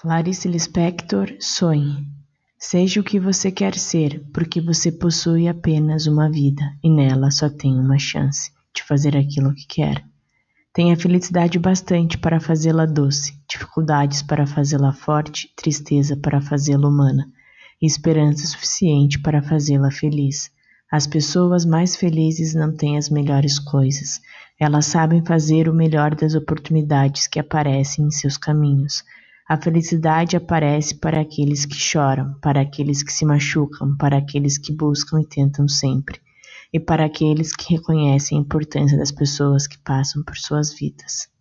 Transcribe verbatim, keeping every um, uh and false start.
Clarice Lispector, sonhe. Seja o que você quer ser, porque você possui apenas uma vida e nela só tem uma chance de fazer aquilo que quer. Tenha felicidade bastante para fazê-la doce, dificuldades para fazê-la forte, tristeza para fazê-la humana, e esperança suficiente para fazê-la feliz. As pessoas mais felizes não têm as melhores coisas. Elas sabem fazer o melhor das oportunidades que aparecem em seus caminhos. A felicidade aparece para aqueles que choram, para aqueles que se machucam, para aqueles que buscam e tentam sempre, e para aqueles que reconhecem a importância das pessoas que passam por suas vidas.